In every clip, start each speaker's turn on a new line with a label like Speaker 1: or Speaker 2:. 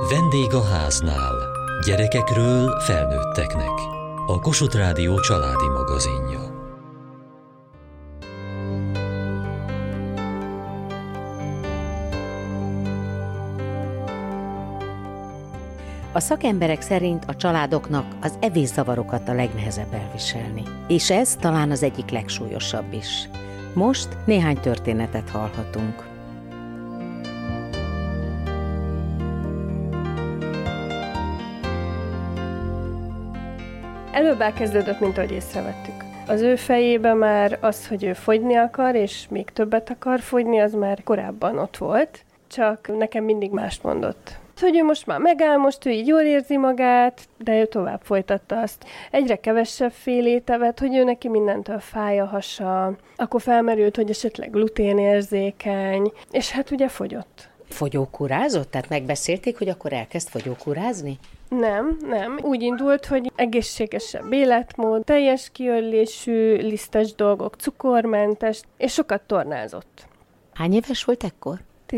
Speaker 1: Vendég a háznál. Gyerekekről felnőtteknek. A Kossuth Rádió családi magazinja.
Speaker 2: A szakemberek szerint a családoknak az evészavarokat a legnehezebb elviselni. És ez talán az egyik legsúlyosabb is. Most néhány történetet hallhatunk.
Speaker 3: Előbb elkezdődött, mint ahogy észrevettük. Az ő fejében már az, hogy ő fogyni akar, és még többet akar fogyni, az már korábban ott volt, csak nekem mindig mást mondott. Hogy ő most már megáll, most ő így jól érzi magát, de ő tovább folytatta azt. Egyre kevesebb félét evett, hogy ő neki mindentől fáj a hasa, akkor felmerült, hogy esetleg gluténérzékeny, és hát ugye fogyott.
Speaker 2: Fogyókúrázott? Tehát megbeszélték, hogy akkor elkezd fogyókúrázni?
Speaker 3: Nem. Úgy indult, hogy egészségesebb életmód, teljes kiörlésű, lisztes dolgok, cukormentes, és sokat tornázott.
Speaker 2: Hány éves volt ekkor?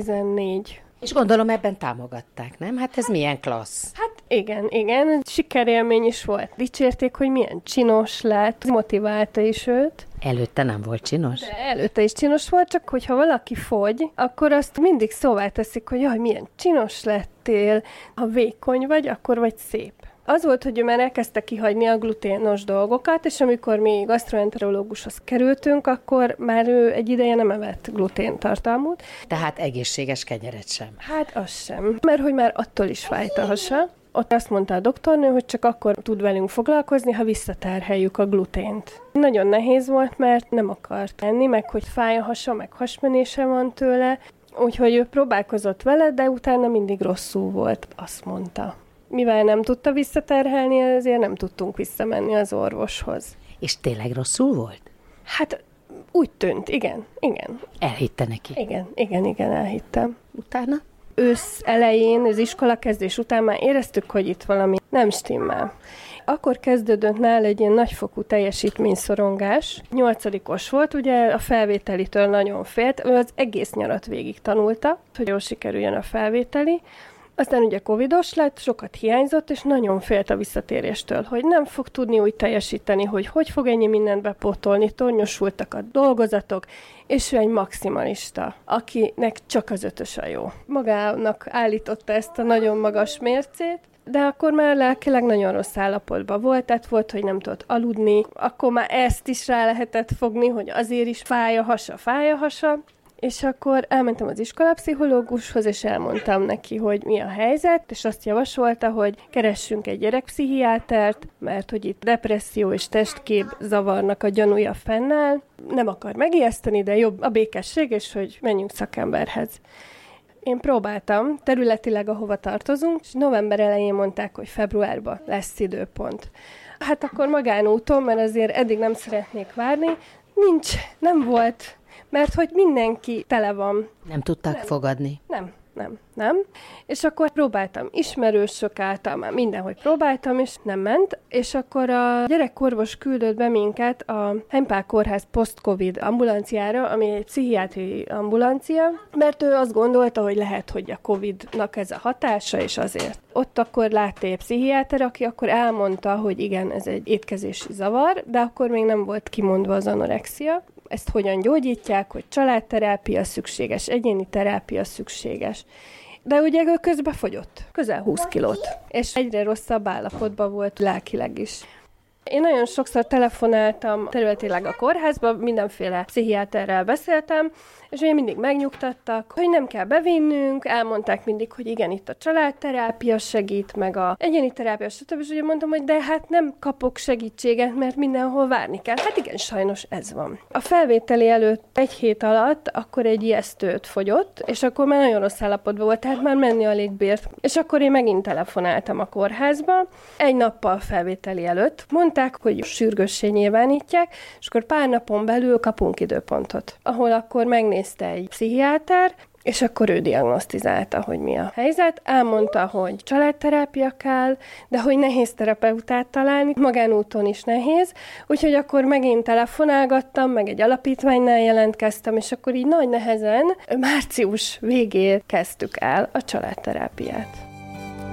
Speaker 3: 14.
Speaker 2: És gondolom ebben támogatták, nem? Hát ez milyen klassz.
Speaker 3: Hát igen. Sikerélmény is volt. Dicsérték, hogy milyen csinos lett, motiválta is őt.
Speaker 2: Előtte nem volt csinos?
Speaker 3: De előtte is csinos volt, csak hogyha valaki fogy, akkor azt mindig szóvá teszik, hogy jaj, milyen csinos lettél. Ha vékony vagy, akkor vagy szép. Az volt, hogy ő már elkezdte kihagyni a gluténos dolgokat, és amikor mi gasztroenterológushoz kerültünk, akkor már ő egy ideje nem evett gluténtartalmút.
Speaker 2: Tehát egészséges kenyeret sem.
Speaker 3: Hát az sem, mert hogy már attól is fájt a hasa. Ott azt mondta a doktornő, hogy csak akkor tud velünk foglalkozni, ha visszaterheljük a glutént. Nagyon nehéz volt, mert nem akart enni, meg hogy fáj a hasa, meg hasmenése van tőle, úgyhogy ő próbálkozott vele, de utána mindig rosszul volt, azt mondta. Mivel nem tudta visszaterhelni, ezért nem tudtunk visszamenni az orvoshoz.
Speaker 2: És tényleg rosszul volt?
Speaker 3: Hát úgy tűnt, igen.
Speaker 2: Elhitte neki?
Speaker 3: Igen, elhittem.
Speaker 2: Utána?
Speaker 3: Ősz elején, az iskolakezdés után már éreztük, hogy itt valami nem stimmel. Akkor kezdődött nála egy ilyen nagyfokú teljesítményszorongás. 8-os volt, ugye a felvételitől nagyon félt, ő az egész nyarat végig tanulta, hogy jól sikerüljön a felvételi. Aztán ugye covidos lett, sokat hiányzott, és nagyon félt a visszatéréstől, hogy nem fog tudni úgy teljesíteni, hogy fog ennyi mindent bepótolni, tornyosultak a dolgozatok, és ő egy maximalista, akinek csak az 5-ös a jó. Magának állította ezt a nagyon magas mércét, de akkor már lelkileg nagyon rossz állapotban volt, tehát volt, hogy nem tudott aludni, akkor már ezt is rá lehetett fogni, hogy azért is fáj a hasa. És akkor elmentem az iskolapszichológushoz, és elmondtam neki, hogy mi a helyzet, és azt javasolta, hogy keressünk egy gyerekpszichiátert, mert hogy itt depresszió és testkép zavarnak a gyanúja fennáll. Nem akar megijeszteni, de jobb a békesség, és hogy menjünk szakemberhez. Én próbáltam, területileg ahova tartozunk, és november elején mondták, hogy februárban lesz időpont. Hát akkor magánúton, mert azért eddig nem szeretnék várni, nem volt. Mert hogy mindenki tele van.
Speaker 2: Nem tudták fogadni?
Speaker 3: Nem. És akkor próbáltam ismerősök által, már mindenhogy próbáltam, és nem ment. És akkor a gyerekorvos küldött be minket a Heimpál Kórház post-covid ambulanciára, ami egy pszichiátriai ambulancia, mert ő azt gondolta, hogy lehet, hogy a Covid-nak ez a hatása, és azért. Ott akkor látta egy pszichiáter, aki akkor elmondta, hogy igen, ez egy étkezési zavar, de akkor még nem volt kimondva az anorexia. Ezt hogyan gyógyítják, hogy családterápia szükséges, egyéni terápia szükséges. De ugye ő közben fogyott, közel 20 kilót, és egyre rosszabb állapotban volt lelkileg is. Én nagyon sokszor telefonáltam területileg a kórházba, mindenféle pszichiáterrel beszéltem, és ugye mindig megnyugtattak, hogy nem kell bevinnünk, elmondták mindig, hogy igen, itt a családterápia segít, meg a egyéni terápia, stb. És ugye mondtam, hogy de hát nem kapok segítséget, mert mindenhol várni kell. Hát igen, sajnos ez van. A felvételi előtt 1 hét alatt akkor egy ijesztőt fogyott, és akkor már nagyon rossz állapotban volt, tehát már menni alig bírt. És akkor én megint telefonáltam a kórházba, 1 nappal felvételi előtt. Mondták, hogy sürgőssé nyilvánítják, és akkor pár napon belül kapunk időpontot, ahol akkor megnézte egy pszichiáter, és akkor ő diagnosztizálta, hogy mi a helyzet. Elmondta, hogy családterápia kell, de hogy nehéz terapeutát találni, magánúton is nehéz, úgyhogy akkor megint telefonálgattam, meg egy alapítványnál jelentkeztem, és akkor így nagy nehezen március végén kezdtük el a családterápiát.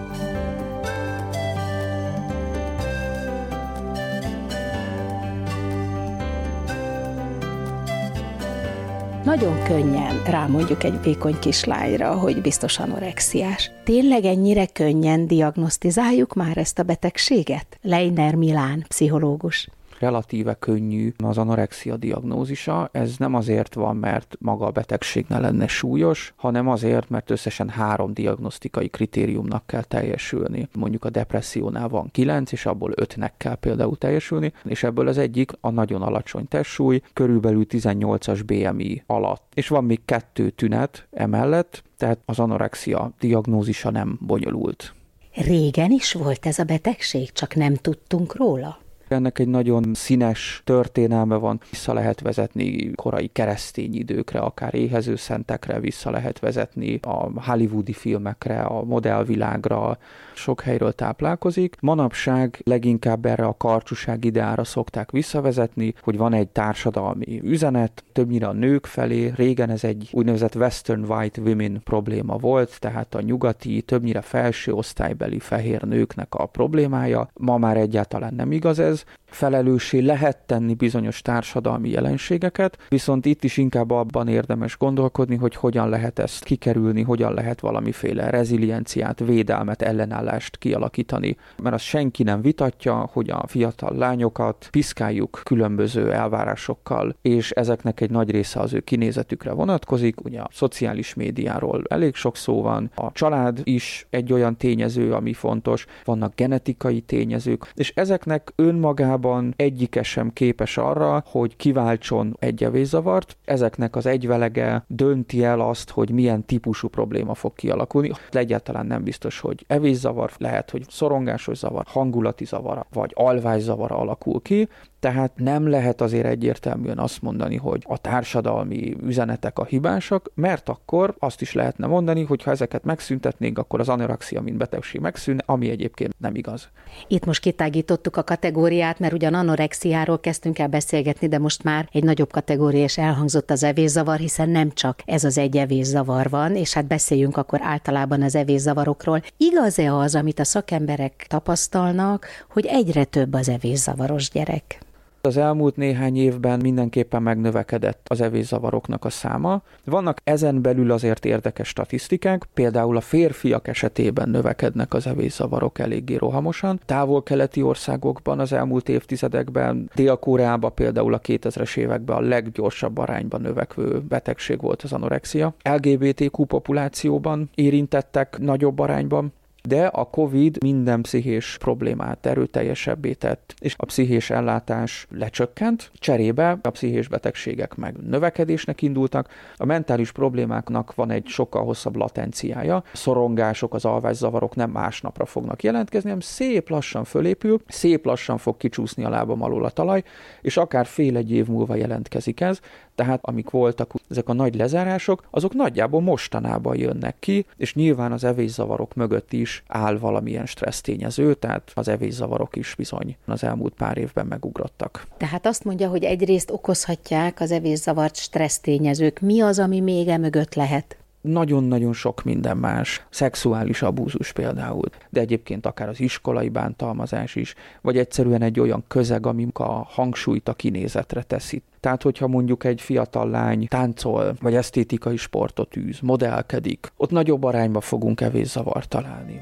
Speaker 4: Nagyon könnyen rámondjuk egy vékony kislányra, hogy biztos anorexiás. Tényleg ennyire könnyen diagnosztizáljuk már ezt a betegséget? Leiner Milán, pszichológus.
Speaker 5: Relatíve könnyű az anorexia diagnózisa. Ez nem azért van, mert maga a betegség ne lenne súlyos, hanem azért, mert összesen 3 diagnosztikai kritériumnak kell teljesülni. Mondjuk a depressziónál van 9, és abból 5-nek kell például teljesülni, és ebből az egyik a nagyon alacsony testsúly, körülbelül 18-as BMI alatt. És van még 2 tünet emellett, tehát az anorexia diagnózisa nem bonyolult.
Speaker 2: Régen is volt ez a betegség, csak nem tudtunk róla?
Speaker 5: Ennek egy nagyon színes történelme van, vissza lehet vezetni korai keresztény időkre, akár éhezőszentekre, vissza lehet vezetni a hollywoodi filmekre, a modellvilágra, sok helyről táplálkozik. Manapság leginkább erre a karcsúság ideára szokták visszavezetni, hogy van egy társadalmi üzenet, többnyire a nők felé. Régen ez egy úgynevezett Western White Women probléma volt, tehát a nyugati, többnyire felső osztálybeli fehér nőknek a problémája. Ma már egyáltalán nem igaz ez. Felelőssé lehet tenni bizonyos társadalmi jelenségeket, viszont itt is inkább abban érdemes gondolkodni, hogy hogyan lehet ezt kikerülni, hogyan lehet valamiféle rezilienciát, védelmet, ellenállást kialakítani. Mert azt senki nem vitatja, hogy a fiatal lányokat piszkáljuk különböző elvárásokkal, és ezeknek egy nagy része az ő kinézetükre vonatkozik. Ugye a szociális médiáról elég sok szó van, a család is egy olyan tényező, ami fontos, vannak genetikai tényezők, és ezeknek önmagában egyike sem képes arra, hogy kiváltson egy evészavart. Ezeknek az egyvelege dönti el azt, hogy milyen típusú probléma fog kialakulni. Egyáltalán nem biztos, hogy evészavar, lehet, hogy szorongásos zavar, hangulati zavar, vagy alvászzavar alakul ki. Tehát nem lehet azért egyértelműen azt mondani, hogy a társadalmi üzenetek a hibásak, mert akkor azt is lehetne mondani, hogy ha ezeket megszüntetnénk, akkor az anorexia mint betegség megszűnne, ami egyébként nem igaz.
Speaker 2: Itt most kitágítottuk a kategóriát, mert ugyan anorexiáról kezdtünk el beszélgetni, de most már egy nagyobb kategória is elhangzott, az evészavar, hiszen nem csak ez az egy evészavar van, és hát beszéljünk akkor általában az evészavarokról. Igaz-e az, amit a szakemberek tapasztalnak, hogy egyre több az evészavaros gyerek?
Speaker 5: Az elmúlt néhány évben mindenképpen megnövekedett az evészavaroknak a száma. Vannak ezen belül azért érdekes statisztikák, például a férfiak esetében növekednek az evészavarok eléggé rohamosan. Távol-keleti országokban az elmúlt évtizedekben, Dél-Koreában például a 2000-es években a leggyorsabb arányban növekvő betegség volt az anorexia. LGBTQ populációban érintettek nagyobb arányban, de a Covid minden pszichés problémát erőteljesebbé tett, és a pszichés ellátás lecsökkent, cserébe a pszichés betegségek meg növekedésnek indultak, a mentális problémáknak van egy sokkal hosszabb latenciája, a szorongások, az alvászavarok nem másnapra fognak jelentkezni, hanem szép lassan fölépül, szép lassan fog kicsúszni a lábam alól a talaj, és akár fél-egy év múlva jelentkezik ez, tehát amik voltak ezek a nagy lezárások, azok nagyjából mostanában jönnek ki, és nyilván az evészavarok mögött is áll valamilyen stressztényező, tehát az evészavarok is bizony az elmúlt pár évben megugrottak.
Speaker 2: Tehát azt mondja, hogy egyrészt okozhatják az evészavart stressztényezők. Mi az, ami még emögött lehet?
Speaker 5: Nagyon-nagyon sok minden más. Szexuális abúzus például, de egyébként akár az iskolai bántalmazás is, vagy egyszerűen egy olyan közeg, ami a hangsúlyt a kinézetre teszi. Tehát, hogyha mondjuk egy fiatal lány táncol, vagy esztétikai sportot űz, modellkedik, ott nagyobb arányban fogunk evészavart találni.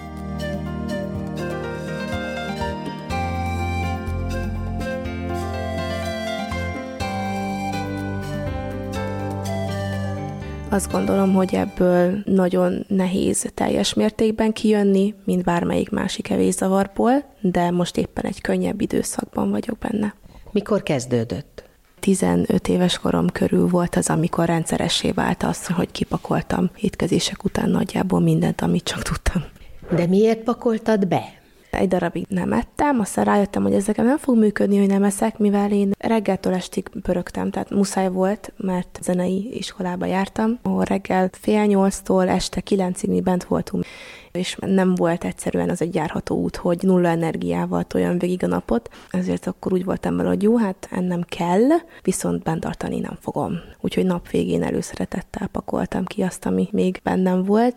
Speaker 6: Azt gondolom, hogy ebből nagyon nehéz teljes mértékben kijönni, mint bármelyik másik evészavarból, de most éppen egy könnyebb időszakban vagyok benne.
Speaker 2: Mikor kezdődött?
Speaker 6: 15 éves korom körül volt az, amikor rendszeressé vált az, hogy kipakoltam étkezések után nagyjából mindent, amit csak tudtam.
Speaker 2: De miért pakoltad be?
Speaker 6: Egy darabig nem ettem, aztán rájöttem, hogy ezeken nem fog működni, hogy nem eszek, mivel én reggeltől estig pörögtem, tehát muszáj volt, mert zenei iskolába jártam, ahol reggel 7:30-tól este 9-ig mi bent voltunk, és nem volt egyszerűen az egy járható út, hogy nulla energiával toljam végig a napot, ezért akkor úgy voltam vele, hogy jó, hát ennem kell, viszont bent tartani nem fogom. Úgyhogy nap végén előszeretettel pakoltam ki azt, ami még bennem volt.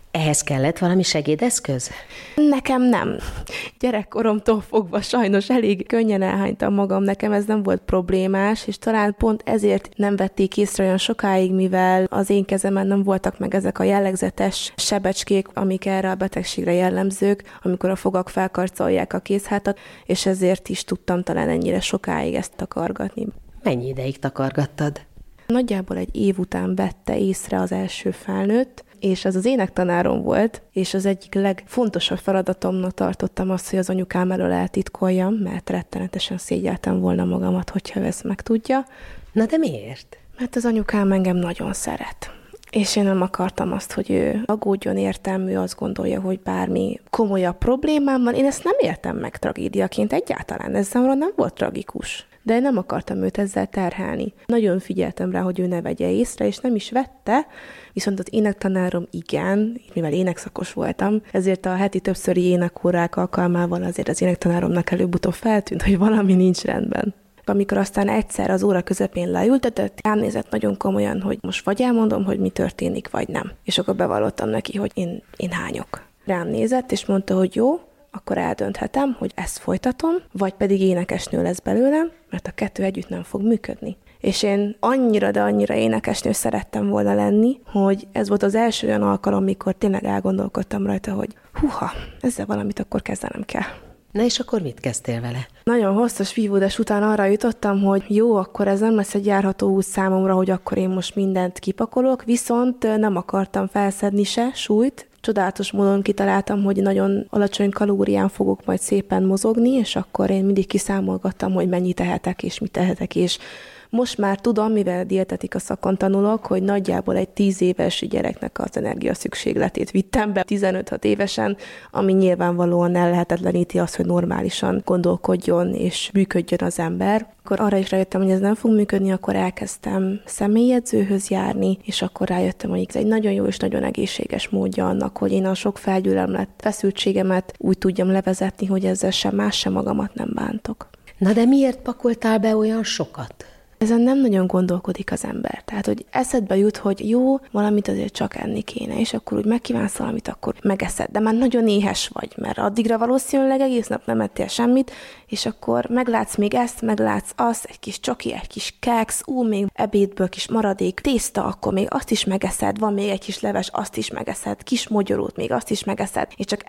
Speaker 2: Ehhez kellett valami segédeszköz?
Speaker 6: Nekem nem. Gyerekkoromtól fogva sajnos elég könnyen elhánytam magam, nekem ez nem volt problémás, és talán pont ezért nem vették észre olyan sokáig, mivel az én kezemen nem voltak meg ezek a jellegzetes sebecskék, amik erre a betegségre jellemzők, amikor a fogak felkarcolják a kézhátat, és ezért is tudtam talán ennyire sokáig ezt takargatni.
Speaker 2: Mennyi ideig takargattad?
Speaker 6: Nagyjából egy év után vette észre az első felnőtt, és ez az énektanárom volt, és az egyik legfontosabb feladatomnak tartottam azt, hogy az anyukám elől eltitkoljam, mert rettenetesen szégyeltem volna magamat, hogyha ezt megtudja.
Speaker 2: Na de miért?
Speaker 6: Mert az anyukám engem nagyon szeret. És én nem akartam azt, hogy ő aggódjon értem, ő azt gondolja, hogy bármi komolyabb problémám van. Én ezt nem értem meg tragédiaként egyáltalán, ez számomra nem volt tragikus. De én nem akartam őt ezzel terhelni. Nagyon figyeltem rá, hogy ő ne vegye észre, és nem is vette, viszont az énektanárom igen, mivel énekszakos voltam, ezért a heti többszöri énekórák alkalmával azért az énektanáromnak előbb-utóbb feltűnt, hogy valami nincs rendben. Amikor aztán egyszer az óra közepén leültetett, rám nézett nagyon komolyan, hogy most vagy elmondom, hogy mi történik, vagy nem. És akkor bevallottam neki, hogy én hányok. Rám nézett, és mondta, hogy jó, akkor eldönthetem, hogy ezt folytatom, vagy pedig énekesnő lesz belőlem, mert a kettő együtt nem fog működni. És én annyira, de annyira énekesnő szerettem volna lenni, hogy ez volt az első olyan alkalom, mikor tényleg elgondolkodtam rajta, hogy húha, ezzel valamit akkor kezdenem kell.
Speaker 2: Na és akkor mit kezdtél vele?
Speaker 6: Nagyon hosszas vívódás után arra jutottam, hogy jó, akkor ez nem lesz egy járható út számomra, hogy akkor én most mindent kipakolok, viszont nem akartam felszedni se súlyt. Csodálatos módon kitaláltam, hogy nagyon alacsony kalórián fogok majd szépen mozogni, és akkor én mindig kiszámolgattam, hogy mennyit tehetek, és mit tehetek, és most már tudom, mivel dietetika szakon tanulok, hogy nagyjából egy 10 éves gyereknek az energia szükségletét vittem be 15-6 évesen, ami nyilvánvalóan ellehetetleníti azt, hogy normálisan gondolkodjon és működjön az ember. Akkor arra is rájöttem, hogy ez nem fog működni, akkor elkezdtem személyedzőhöz járni, és akkor rájöttem, hogy ez egy nagyon jó és nagyon egészséges módja annak, hogy én a sok felgyülemlett feszültségemet úgy tudjam levezetni, hogy ezzel sem más, sem magamat nem bántok.
Speaker 2: Na de miért pakoltál be olyan sokat?
Speaker 6: Ezen nem nagyon gondolkodik az ember. Tehát, hogy eszedbe jut, hogy jó, valamit azért csak enni kéne, és akkor úgy megkívánsz valamit, akkor megeszed. De már nagyon éhes vagy, mert addigra valószínűleg egész nap nem ettél semmit, és akkor meglátsz még ezt, meglátsz azt, egy kis csoki, egy kis keksz, még ebédből kis maradék tészta, akkor még azt is megeszed, van még egy kis leves, azt is megeszed, kis mogyorót, még azt is megeszed, és csak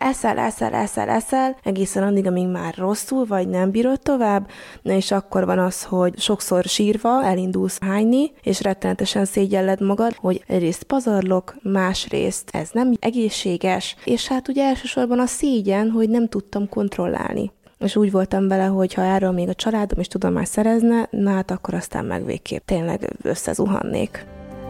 Speaker 6: eszel, egészen addig, amíg már rosszul vagy, nem bírod tovább, na és akkor van az, hogy sokszor sírva elindulsz hányni, és rettenetesen szégyelled magad, hogy egyrészt pazarlok, másrészt ez nem egészséges, és hát ugye elsősorban a szégyen, hogy nem tudtam kontrollálni. És úgy voltam vele, hogy ha erről még a családom is tudomást szerezne, na hát akkor aztán meg végképp tényleg összezuhannék.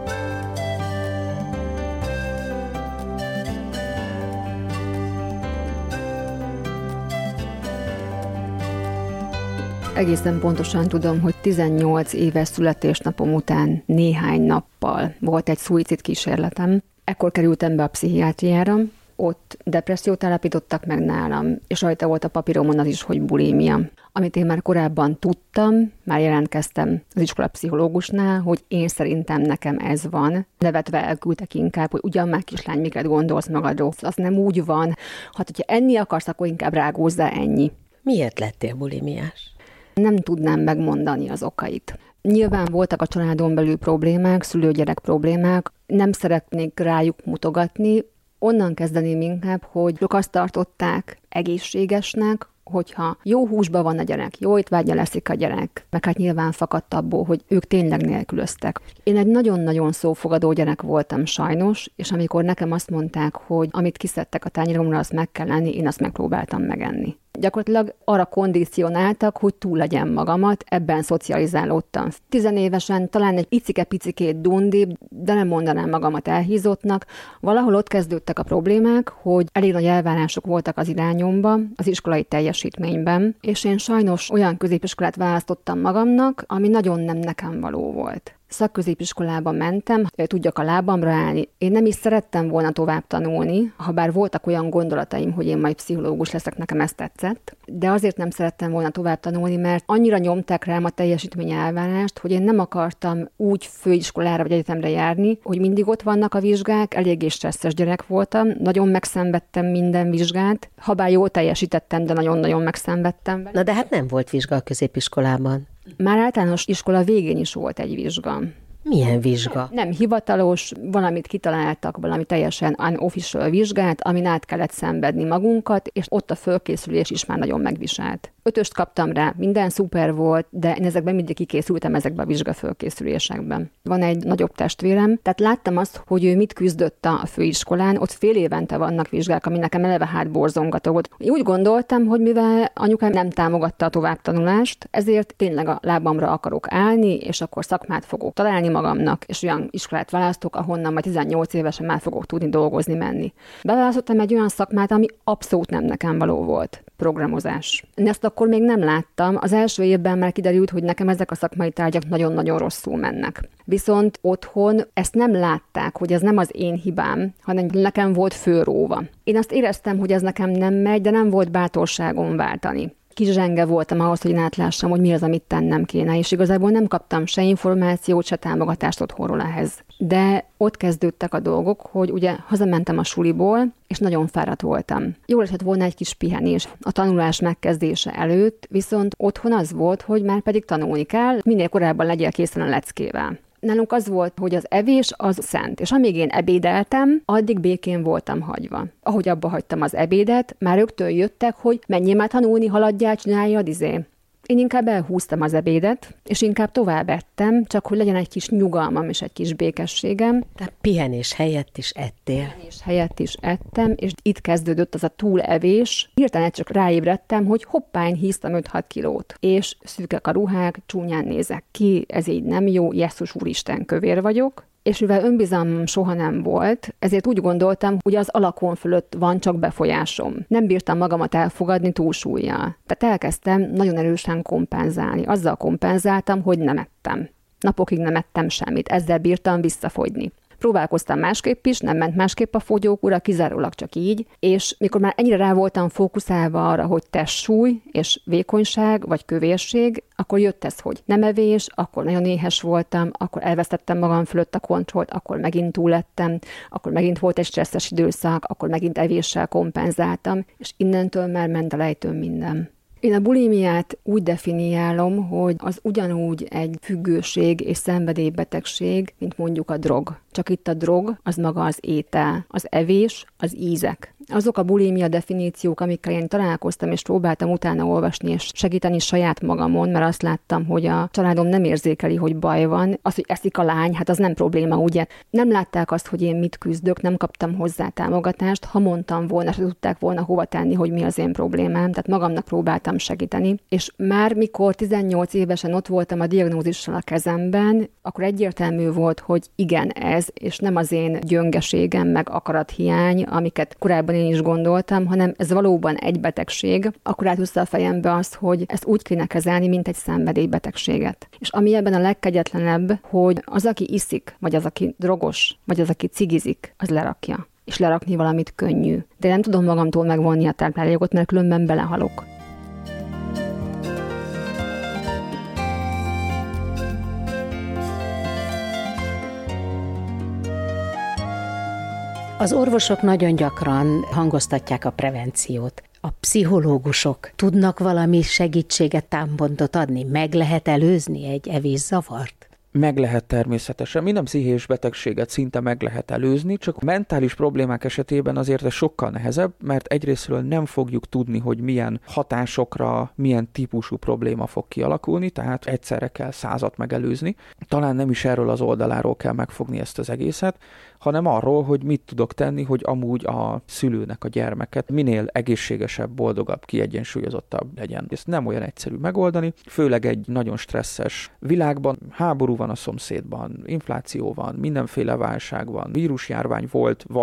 Speaker 7: Egészen pontosan tudom, hogy 18 éves születésnapom után néhány nappal volt egy szuicid kísérletem. Ekkor kerültem be a pszichiátriára, ott depressziót állapítottak meg nálam, és rajta volt a papíromon az is, hogy bulimia. Amit én már korábban tudtam, már jelentkeztem az iskolapszichológusnál, hogy én szerintem nekem ez van. Nevetve elküldtek inkább, hogy ugyan már kislány, miket gondolsz magadról, az nem úgy van. Hát, hogyha enni akarsz, akkor inkább rágózzá ennyi.
Speaker 2: Miért lettél bulimiás?
Speaker 7: Nem tudnám megmondani az okait. Nyilván voltak a családon belül problémák, szülő-gyerek problémák, nem szeretnék rájuk mutogatni, onnan kezdeném inkább, hogy ők azt tartották egészségesnek, hogyha jó húsban van a gyerek, jó étvágya leszik a gyerek, meg hát nyilván fakadt abból, hogy ők tényleg nélkülöztek. Én egy nagyon-nagyon szófogadó gyerek voltam sajnos, és amikor nekem azt mondták, hogy amit kiszedtek a tányéromra, azt meg kell enni, én azt megpróbáltam megenni. Gyakorlatilag arra kondicionáltak, hogy túl legyen magamat, ebben szocializálódtam. 10 évesen talán egy icike-picikét dundibb, de nem mondanám magamat elhízottnak. Valahol ott kezdődtek a problémák, hogy elég nagy elvárások voltak az irányomba, az iskolai teljesítményben, és én sajnos olyan középiskolát választottam magamnak, ami nagyon nem nekem való volt. Szakközépiskolában mentem, tudjak a lábamra állni. Én nem is szerettem volna tovább tanulni, ha bár voltak olyan gondolataim, hogy én majd pszichológus leszek, nekem ezt tetszett, de azért nem szerettem volna tovább tanulni, mert annyira nyomták rám a teljesítmény elvárást, hogy én nem akartam úgy főiskolára vagy egyetemre járni, hogy mindig ott vannak a vizsgák, eléggé stresszes gyerek voltam, nagyon megszenvedtem minden vizsgát, habár jól teljesítettem, de nagyon-nagyon megszenvedtem.
Speaker 2: Na de hát nem volt vizsga a középiskolában.
Speaker 7: Már általános iskola végén is volt egy vizsga.
Speaker 2: Milyen vizsga?
Speaker 7: Nem hivatalos, valamit kitaláltak, valami teljesen unofficial vizsgát, amin át kellett szenvedni magunkat, és ott a fölkészülés is már nagyon megviselt. 5-öst kaptam rá, minden szuper volt, de én ezekben mindig kikészültem ezekben a vizsgafölkészülésekben. Van egy nagyobb testvérem, tehát láttam azt, hogy ő mit küzdött a főiskolán, ott fél évente vannak vizsgák, ami nekem eleve hátborzongató volt. Én úgy gondoltam, hogy mivel anyukám nem támogatta a továbbtanulást, ezért tényleg a lábamra akarok állni, és akkor szakmát fogok találni magamnak, és olyan iskolát választok, ahonnan majd 18 évesen már fogok tudni dolgozni, menni. Beválasztottam egy olyan szakmát, ami abszolút nem nekem való volt. Programozás. Én ezt akkor még nem láttam. Az első évben már kiderült, hogy nekem ezek a szakmai tárgyak nagyon-nagyon rosszul mennek. Viszont otthon ezt nem látták, hogy ez nem az én hibám, hanem nekem volt fölróva. Én azt éreztem, hogy ez nekem nem megy, de nem volt bátorságom váltani. Kis zsenge voltam ahhoz, hogy én átlássam, hogy mi az, amit tennem kéne, és igazából nem kaptam se információt, se támogatást otthonról ehhez. De ott kezdődtek a dolgok, hogy ugye hazamentem a suliból, és nagyon fáradt voltam. Jól esett volna egy kis pihenés a tanulás megkezdése előtt, viszont otthon az volt, hogy már pedig tanulni kell, minél korábban legyél készen a leckével. Nálunk az volt, hogy az evés az szent, és amíg én ebédeltem, addig békén voltam hagyva. Ahogy abba hagytam az ebédet, már rögtön jöttek, hogy menjél már tanulni, haladjál, csináljad izé. Én inkább elhúztam az ebédet, és inkább tovább ettem, csak hogy legyen egy kis nyugalmam és egy kis békességem.
Speaker 2: Tehát pihenés helyett is ettél.
Speaker 7: Pihenés helyett is ettem, és itt kezdődött az a túlevés. Hirtelen csak ráébredtem, hogy hoppá, én híztam 5-6 kilót. És szűkek a ruhák, csúnyán nézek ki, ez így nem jó, Jesszus úristen, kövér vagyok. És mivel önbizalmam soha nem volt, ezért úgy gondoltam, hogy az alakon fölött van csak befolyásom. Nem bírtam magamat elfogadni túlsúllyal. Tehát elkezdtem nagyon erősen kompenzálni. Azzal kompenzáltam, hogy nem ettem. Napokig nem ettem semmit, ezzel bírtam visszafogyni. Próbálkoztam másképp is, nem ment másképp a fogyókúra, kizárólag csak így, és mikor már ennyire rá voltam fókuszálva arra, hogy testsúly és vékonyság vagy kövérség, akkor jött ez, hogy nem evés, akkor nagyon éhes voltam, akkor elvesztettem magam fölött a kontrollt, akkor megint túlettem, akkor megint volt egy stresszes időszak, akkor megint evéssel kompenzáltam, és innentől már ment a lejtőn minden. Én a bulimiát úgy definiálom, hogy az ugyanúgy egy függőség és szenvedélybetegség, mint mondjuk a drog. Csak itt a drog, az maga az étel, az evés, az ízek. Azok a bulimia definíciók, amikkel én találkoztam, és próbáltam utána olvasni, és segíteni saját magamon, mert azt láttam, hogy a családom nem érzékeli, hogy baj van. Az, hogy eszik a lány, hát az nem probléma, ugye? Nem látták azt, hogy én mit küzdök, nem kaptam hozzá támogatást. Ha mondtam volna, se tudták volna hova tenni, hogy mi az én problémám. Tehát magamnak próbáltam segíteni. És már mikor 18 évesen ott voltam a diagnózissal a kezemben, akkor egyértelmű volt, hogy igen, ez, és nem az én gyöngeségem, meg akarathiány, amiket korábban én is gondoltam, hanem ez valóban egy betegség, akkor áthúzta a fejembe azt, hogy ezt úgy kéne kezelni, mint egy szenvedélybetegséget. És ami ebben a legkegyetlenebb, hogy az, aki iszik, vagy az, aki drogos, vagy az, aki cigizik, az lerakja. És lerakni valamit könnyű. De nem tudom magamtól megvonni a táplálékot, mert különben belehalok.
Speaker 2: Az orvosok nagyon gyakran hangoztatják a prevenciót. A pszichológusok tudnak valami segítséget, támpontot adni? Meg lehet előzni egy evészavart?
Speaker 5: Meg lehet természetesen. Minden pszichés betegséget szinte meg lehet előzni, csak a mentális problémák esetében azért ez sokkal nehezebb, mert egyrésztről nem fogjuk tudni, hogy milyen hatásokra, milyen típusú probléma fog kialakulni, tehát egyszerre kell 100-at megelőzni. Talán nem is erről az oldaláról kell megfogni ezt az egészet, hanem arról, hogy mit tudok tenni, hogy amúgy a szülőnek a gyermeket minél egészségesebb, boldogabb, kiegyensúlyozottabb legyen. Ezt nem olyan egyszerű megoldani, főleg egy nagyon stresszes világban. Háború van a szomszédban, infláció van, mindenféle válság van, vírusjárvány volt, van,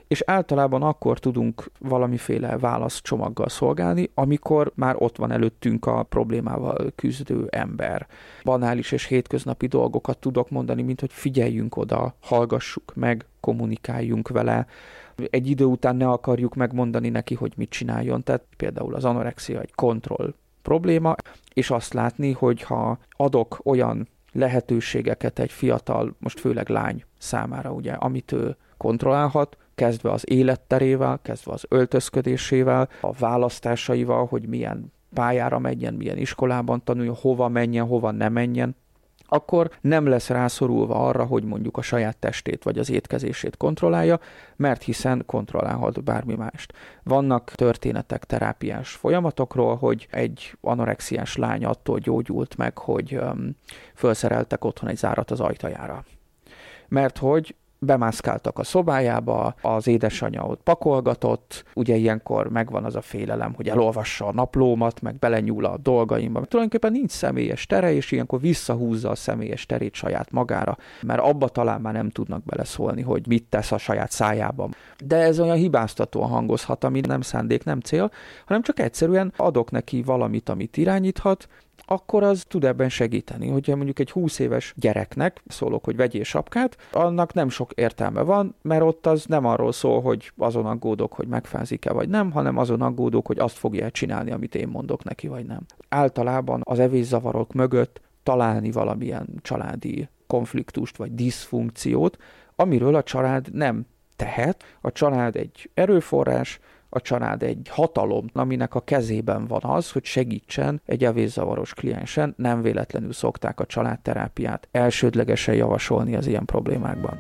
Speaker 5: és általában akkor tudunk valamiféle válaszcsomaggal szolgálni, amikor már ott van előttünk a problémával küzdő ember. Banális és hétköznapi dolgokat tudok mondani, mint hogy figyeljünk oda, hallgassuk meg, kommunikáljunk vele. Egy idő után ne akarjuk megmondani neki, hogy mit csináljon. Tehát például az anorexia egy kontroll probléma, és azt látni, hogy ha adok olyan lehetőségeket egy fiatal, most főleg lány számára, ugye, amit ő kontrollálhat, kezdve az életterével, kezdve az öltözködésével, a választásaival, hogy milyen pályára menjen, milyen iskolában tanuljon, hova menjen, hova ne menjen, akkor nem lesz rászorulva arra, hogy mondjuk a saját testét vagy az étkezését kontrollálja, mert hiszen kontrollálhat bármi mást. Vannak történetek terápiás folyamatokról, hogy egy anorexiás lány attól gyógyult meg, hogy felszereltek otthon egy zárat az ajtajára. Mert hogy bemászkáltak a szobájába, az édesanyja ott pakolgatott, ugye ilyenkor megvan az a félelem, hogy elolvassa a naplómat, meg belenyúl a dolgaimba. Tulajdonképpen nincs személyes tere, és ilyenkor visszahúzza a személyes terét saját magára, mert abba talán már nem tudnak beleszólni, hogy mit tesz a saját szájában. De ez olyan hibáztatóan hangozhat, ami nem szándék, nem cél, hanem csak egyszerűen adok neki valamit, amit irányíthat, akkor az tud ebben segíteni. Hogyha mondjuk egy 20 éves gyereknek szólok, hogy vegyél sapkát, annak nem sok értelme van, mert ott az nem arról szól, hogy azon aggódok, hogy megfázik-e vagy nem, hanem azon aggódok, hogy azt fogja csinálni, amit én mondok neki, vagy nem. Általában az evészavarok mögött találni valamilyen családi konfliktust vagy diszfunkciót, amiről a család nem tehet. A család egy erőforrás, a család egy hatalom, aminek a kezében van az, hogy segítsen egy evészavaros kliensen, nem véletlenül szokták a családterápiát elsődlegesen javasolni az ilyen problémákban.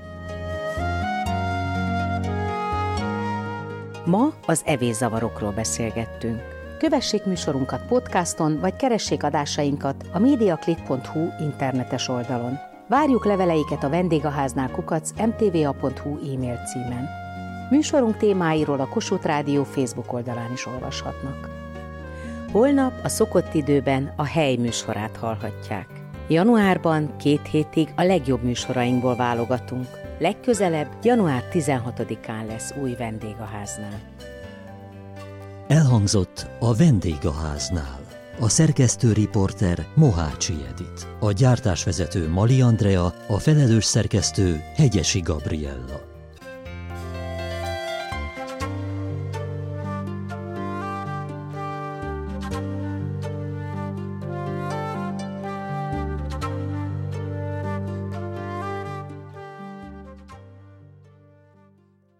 Speaker 2: Ma az evészavarokról beszélgettünk. Kövessék műsorunkat podcaston, vagy keressék adásainkat a mediaclick.hu internetes oldalon. Várjuk leveleiket a vendégháznál @mtva.hu e-mail címen. Műsorunk témáiról a Kossuth Rádió Facebook oldalán is olvashatnak. Holnap a szokott időben a Hely műsorát hallhatják. Januárban 2 hétig a legjobb műsorainkból válogatunk. Legközelebb január 16-án lesz új vendég a háznál.
Speaker 1: Elhangzott a Vendég a háznál. A szerkesztő riporter Mohácsi Edit. A gyártásvezető Mali Andrea, a felelős szerkesztő Hegyesi Gabriella.